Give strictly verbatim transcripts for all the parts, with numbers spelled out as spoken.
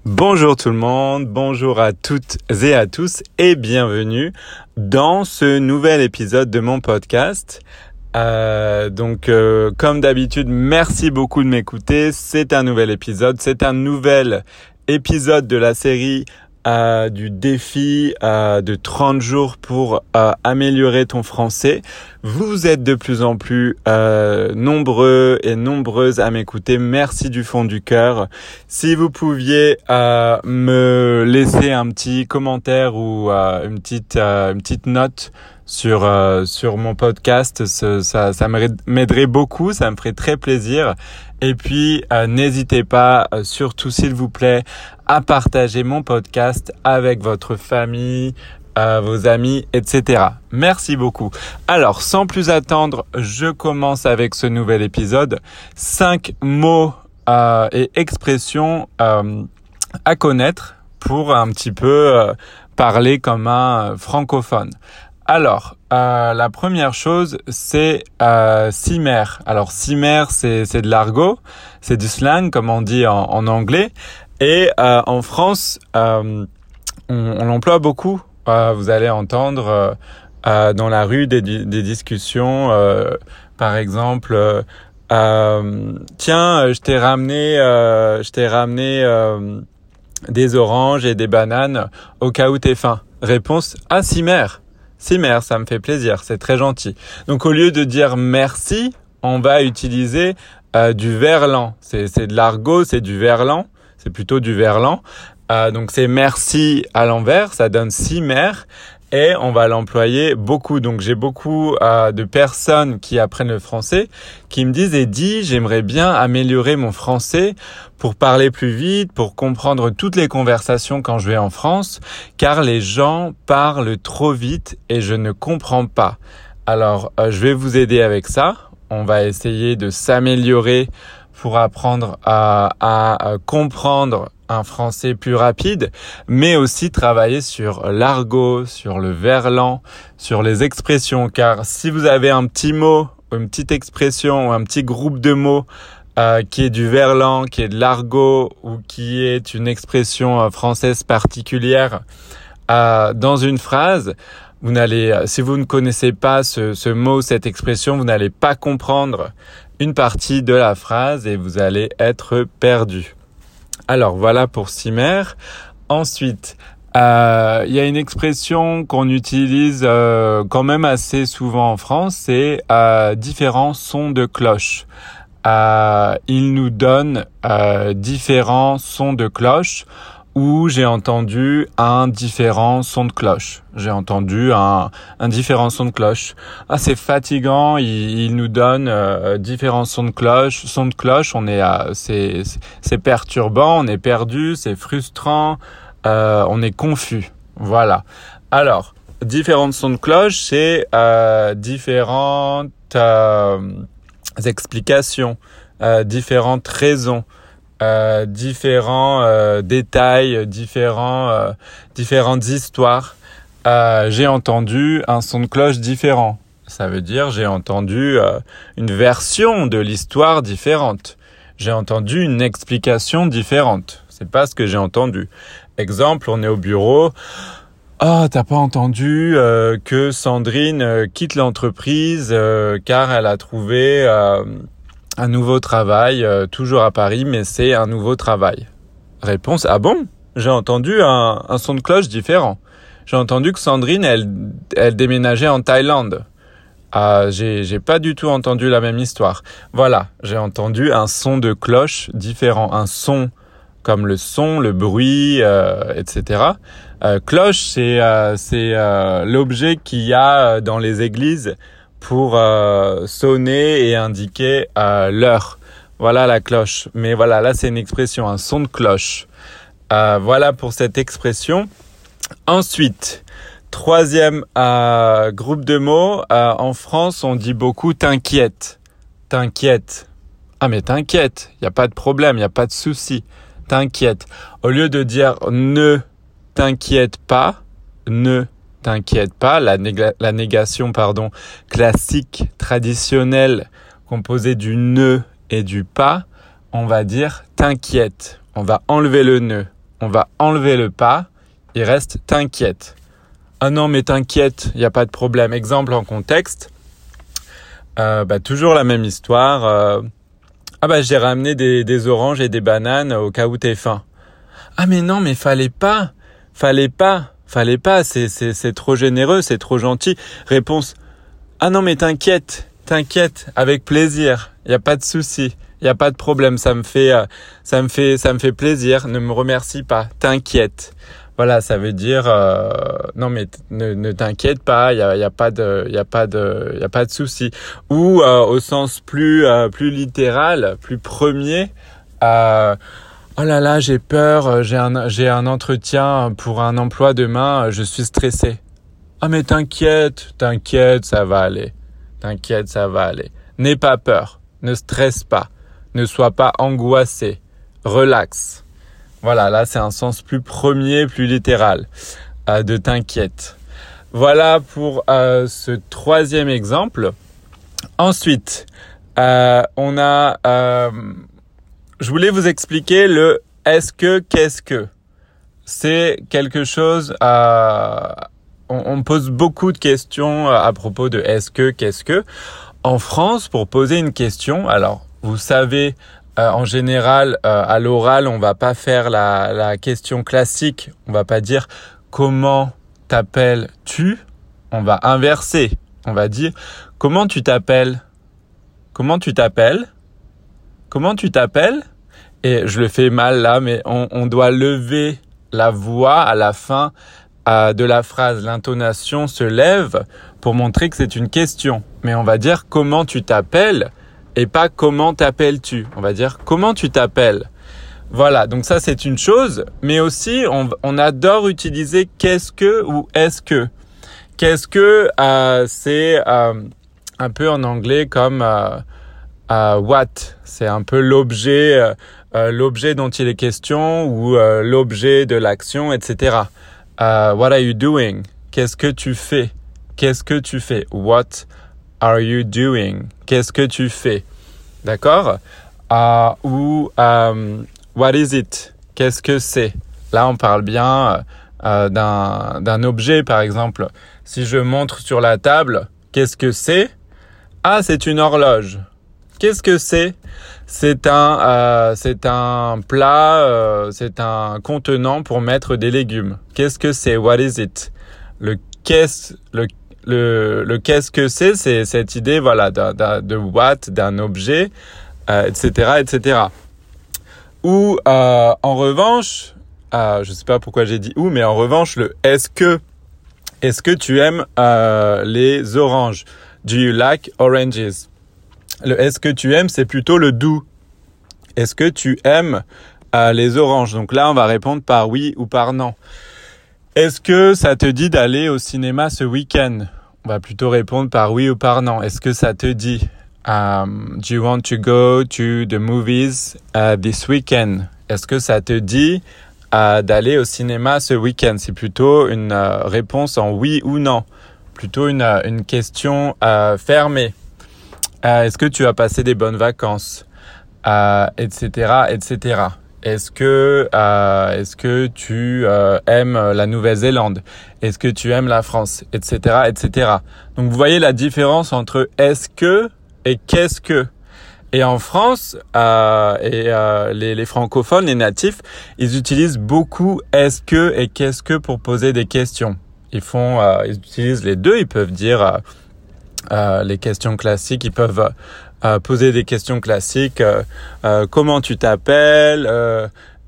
Bonjour tout le monde, bonjour à toutes et à tous et bienvenue dans ce nouvel épisode de mon podcast. Euh, donc euh, comme d'habitude, merci beaucoup de m'écouter. C'est un nouvel épisode, c'est un nouvel épisode de la série euh, du défi euh, de trente jours pour euh, améliorer ton français. Vous êtes de plus en plus euh, nombreux et nombreuses à m'écouter. Merci du fond du cœur. Si vous pouviez euh, me laisser un petit commentaire ou euh, une petite euh, une petite note sur euh, sur mon podcast, ça ça, ça m'aiderait beaucoup, ça me ferait très plaisir. Et puis euh, n'hésitez pas, euh, surtout s'il vous plaît, à partager mon podcast avec votre famille, Euh, vos amis, et cetera. Merci beaucoup. Alors, sans plus attendre, je commence avec ce nouvel épisode. Cinq mots euh, et expressions euh, à connaître pour un petit peu euh, parler comme un francophone. Alors, euh, la première chose, c'est euh, cimer. Alors, cimer, c'est, c'est de l'argot, c'est du slang, comme on dit en, en anglais. Et euh, en France, euh, on, on l'emploie beaucoup. Euh, vous allez entendre euh, euh, dans la rue des, des discussions, euh, par exemple, euh, euh, tiens, je t'ai ramené, euh, je t'ai ramené euh, des oranges et des bananes au cas où t'es faim. Réponse, ah, cimer, cimer, ça me fait plaisir, c'est très gentil. Donc au lieu de dire merci, on va utiliser euh, du verlan. C'est, c'est de l'argot, c'est du verlan, c'est plutôt du verlan. Euh, donc c'est merci à l'envers, ça donne cimer et on va l'employer beaucoup. Donc j'ai beaucoup euh, de personnes qui apprennent le français qui me disent « Eddy, j'aimerais bien améliorer mon français pour parler plus vite, pour comprendre toutes les conversations quand je vais en France, car les gens parlent trop vite et je ne comprends pas. » Alors euh, je vais vous aider avec ça. On va essayer de s'améliorer pour apprendre à, à, à comprendre un français plus rapide, mais aussi travailler sur l'argot, sur le verlan, sur les expressions. Car si vous avez un petit mot, une petite expression ou un petit groupe de mots euh, qui est du verlan, qui est de l'argot ou qui est une expression euh, française particulière euh, dans une phrase, vous n'allez, si vous ne connaissez pas ce, ce mot, cette expression, vous n'allez pas comprendre une partie de la phrase et vous allez être perdu. Alors voilà pour cimer. Ensuite, euh, il y a une expression qu'on utilise euh, quand même assez souvent en France, c'est euh, différents sons de cloche. Euh, il nous donne euh, différents sons de cloche ou j'ai entendu un différent son de cloche. J'ai entendu un, un différent son de cloche. Ah, c'est fatigant. Il, il nous donne euh, différents sons de cloche. Son de cloche, on est, à, c'est, c'est perturbant, on est perdu, c'est frustrant, euh, on est confus. Voilà. Alors, différents sons de cloche, c'est euh, différentes euh, explications, euh, différentes raisons. Euh, différents euh, détails, différents, euh, différentes histoires. Euh, j'ai entendu un son de cloche différent. Ça veut dire j'ai entendu euh, une version de l'histoire différente. J'ai entendu une explication différente. C'est pas ce que j'ai entendu. Exemple, on est au bureau. Oh, t'as pas entendu euh, que Sandrine euh, quitte l'entreprise euh, car elle a trouvé euh, un nouveau travail, euh, toujours à Paris, mais c'est un nouveau travail. Réponse, ah bon? J'ai entendu un, un son de cloche différent. J'ai entendu que Sandrine, elle, elle déménageait en Thaïlande. Ah, j'ai, j'ai pas du tout entendu la même histoire. Voilà, j'ai entendu un son de cloche différent. Un son comme le son, le bruit, euh, et cetera. Euh, cloche, c'est, euh, c'est euh, l'objet qu'il y a dans les églises pour euh, sonner et indiquer euh, l'heure. Voilà la cloche. Mais voilà, là c'est une expression, un son de cloche. Euh, voilà pour cette expression. Ensuite, troisième euh, groupe de mots. Euh, en France, on dit beaucoup t'inquiète. T'inquiète. Ah mais t'inquiète, il n'y a pas de problème, il n'y a pas de souci. T'inquiète. Au lieu de dire ne t'inquiète pas, ne t'inquiète pas, la, néga- la négation pardon, classique, traditionnelle, composée du ne et du pas, on va dire t'inquiète. On va enlever le ne. on va enlever le pas, il reste t'inquiète. Ah non, mais t'inquiète, il n'y a pas de problème. Exemple en contexte, euh, bah, toujours la même histoire. Euh, ah bah j'ai ramené des, des oranges et des bananes au cas où t'es faim. Ah mais non, mais fallait pas, fallait pas, fallait pas, c'est, c'est, c'est trop généreux, c'est trop gentil. Réponse, ah non mais t'inquiète, t'inquiète, avec plaisir, il n'y a pas de souci. Il n'y a pas de problème, ça me fait, euh, ça me fait, ça me fait plaisir. Ne me remercie pas, t'inquiète. Voilà, ça veut dire euh, non mais t- ne, ne t'inquiète pas, il y a, y a pas de, il y a pas de, il y a pas de souci. Ou euh, au sens plus, euh, plus littéral, plus premier. Euh, oh là là, j'ai peur, j'ai un, j'ai un entretien pour un emploi demain, je suis stressé. Ah mais t'inquiète, t'inquiète, ça va aller. T'inquiète, ça va aller. N'aie pas peur, ne stresse pas. Ne sois pas angoissé, relax. Voilà, là c'est un sens plus premier, plus littéral euh, de t'inquiète. Voilà pour euh, ce troisième exemple. Ensuite, euh, on a, euh, je voulais vous expliquer le est-ce que, qu'est-ce que. C'est quelque chose, euh, on, on pose beaucoup de questions à propos de est-ce que, qu'est-ce que. En France, pour poser une question, alors vous savez, euh, en général, euh, à l'oral, on va pas faire la, la question classique. On va pas dire comment t'appelles-tu. On va inverser. On va dire comment tu t'appelles. Comment tu t'appelles. Comment tu t'appelles. Et je le fais mal là, mais on, on doit lever la voix à la fin euh, de la phrase. L'intonation se lève pour montrer que c'est une question. Mais on va dire comment tu t'appelles. Et pas comment t'appelles-tu. On va dire comment tu t'appelles. Voilà, donc ça c'est une chose. Mais aussi, on, on adore utiliser qu'est-ce que ou est-ce que. Qu'est-ce que, euh, c'est euh, un peu en anglais comme euh, euh, what. C'est un peu l'objet, euh, euh, l'objet dont il est question ou euh, l'objet de l'action, et cetera. Uh, what are you doing? Qu'est-ce que tu fais? Qu'est-ce que tu fais? What are you doing? Qu'est-ce que tu fais? D'accord? Uh, ou um, what is it? Qu'est-ce que c'est? Là, on parle bien euh, d'un, d'un objet, par exemple. Si je montre sur la table, qu'est-ce que c'est? Ah, c'est une horloge. Qu'est-ce que c'est? C'est un, euh, c'est un plat, euh, c'est un contenant pour mettre des légumes. Qu'est-ce que c'est? What is it? Le qu'est-ce, le Le, le qu'est-ce que c'est, c'est cette idée, voilà, de, de, de what, d'un objet, euh, et cetera, et cetera. Ou, euh, en revanche, euh, je sais pas pourquoi j'ai dit ou, mais en revanche, le est-ce que, est-ce que tu aimes euh, les oranges? Do you like oranges? Le est-ce que tu aimes, c'est plutôt le do. Est-ce que tu aimes euh, les oranges? Donc là, on va répondre par oui ou par non. Est-ce que ça te dit d'aller au cinéma ce week-end? On va plutôt répondre par oui ou par non. Est-ce que ça te dit um, do you want to go to the movies uh, this weekend? Est-ce que ça te dit uh, d'aller au cinéma ce week-end? C'est plutôt une uh, réponse en oui ou non. Plutôt une, uh, une question uh, fermée. Uh, est-ce que tu as passé des bonnes vacances? Uh, et cetera, et cetera. Est-ce que, euh, est-ce que tu euh, aimes la Nouvelle-Zélande? Est-ce que tu aimes la France? Etc, et cetera. Donc, vous voyez la différence entre est-ce que et qu'est-ce que. Et en France, euh, et euh, les, les francophones, les natifs, ils utilisent beaucoup est-ce que et qu'est-ce que pour poser des questions. Ils font, euh, ils utilisent les deux. Ils peuvent dire euh, euh, les questions classiques. Ils peuvent Euh, poser des questions classiques, euh, euh, comment tu t'appelles, euh,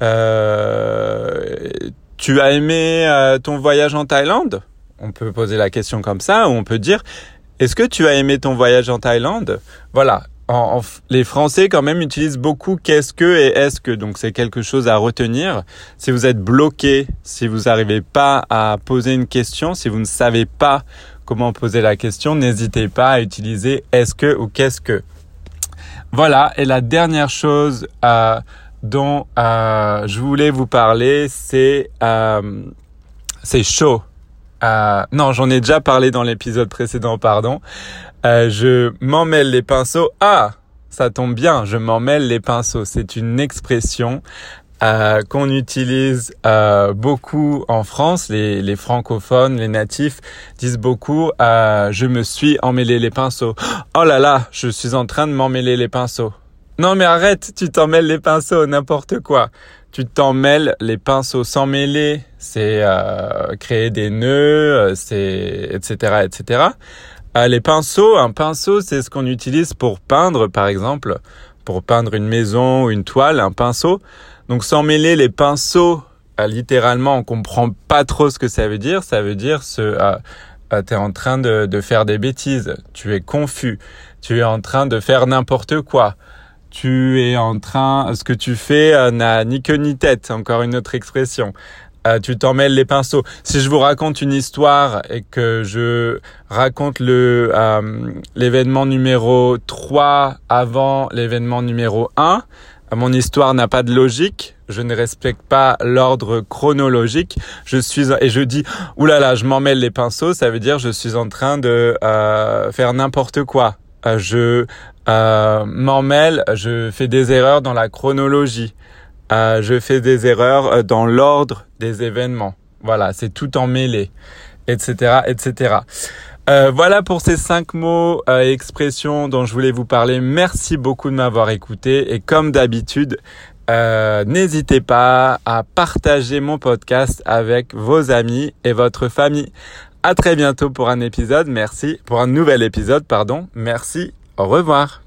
euh, tu as aimé euh, ton voyage en Thaïlande? On peut poser la question comme ça, ou on peut dire, est-ce que tu as aimé ton voyage en Thaïlande? Voilà, en, en, les Français quand même utilisent beaucoup qu'est-ce que et est-ce que, donc c'est quelque chose à retenir. Si vous êtes bloqué, si vous n'arrivez pas à poser une question, si vous ne savez pas comment poser la question, n'hésitez pas à utiliser est-ce que ou qu'est-ce que. Voilà, et la dernière chose euh, dont euh, je voulais vous parler, c'est euh, c'est chaud. Euh, non, j'en ai déjà parlé dans l'épisode précédent, pardon. Euh, je m'emmêle les pinceaux. Ah, ça tombe bien, je m'emmêle les pinceaux. C'est une expression euh, qu'on utilise euh, beaucoup en France. Les, les francophones, les natifs disent beaucoup euh, « je me suis emmêlé les pinceaux ». Oh là là, je suis en train de m'emmêler les pinceaux. Non mais arrête, tu t'emmêles les pinceaux, n'importe quoi. Tu t'emmêles les pinceaux. S'emmêler, c'est euh, créer des nœuds, c'est et cetera et cetera. Euh, les pinceaux, un pinceau, c'est ce qu'on utilise pour peindre, par exemple, pour peindre une maison ou une toile, un pinceau. Donc s'emmêler les pinceaux, euh, littéralement, on comprend pas trop ce que ça veut dire. Ça veut dire ce, euh, euh, t'es en train de, de faire des bêtises, tu es confus, tu es en train de faire n'importe quoi. Tu es en train, ce que tu fais euh, n'a ni queue ni tête, encore une autre expression. Euh, tu t'emmêles les pinceaux. Si je vous raconte une histoire et que je raconte le euh, l'événement numéro trois avant l'événement numéro un, mon histoire n'a pas de logique. Je ne respecte pas l'ordre chronologique. Je suis et je dis oulala, je m'emmêle les pinceaux. Ça veut dire je suis en train de euh, faire n'importe quoi. Euh, je euh, m'emmêle, je fais des erreurs dans la chronologie. Euh, je fais des erreurs dans l'ordre des événements. Voilà, c'est tout emmêlé, et cetera, et cetera. Euh, voilà pour ces cinq mots et euh, expressions dont je voulais vous parler. Merci beaucoup de m'avoir écouté et comme d'habitude, euh, n'hésitez pas à partager mon podcast avec vos amis et votre famille. À très bientôt pour un épisode. Merci pour un nouvel épisode, pardon. Merci. Au revoir.